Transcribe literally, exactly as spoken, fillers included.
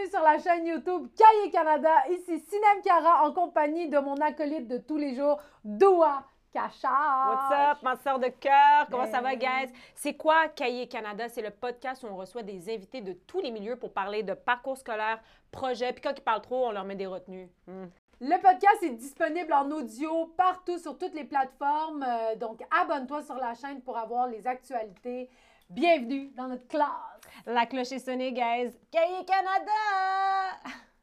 bienvenue sur la chaîne YouTube Cahiers Canada. Ici Sinem Cara en compagnie de mon acolyte de tous les jours, Doua Kacha. What's up, ma soeur de cœur? Comment Ben... ça va, guys? C'est quoi Cahiers Canada? C'est le podcast où on reçoit des invités de tous les milieux pour parler de parcours scolaire, projets. Puis quand ils parlent trop, on leur met des retenues. Mm. Le podcast est disponible en audio partout sur toutes les plateformes. Euh, donc, abonne-toi sur la chaîne pour avoir les actualités. Bienvenue dans notre classe. La cloche est sonnée, guys. Cahiers Canada!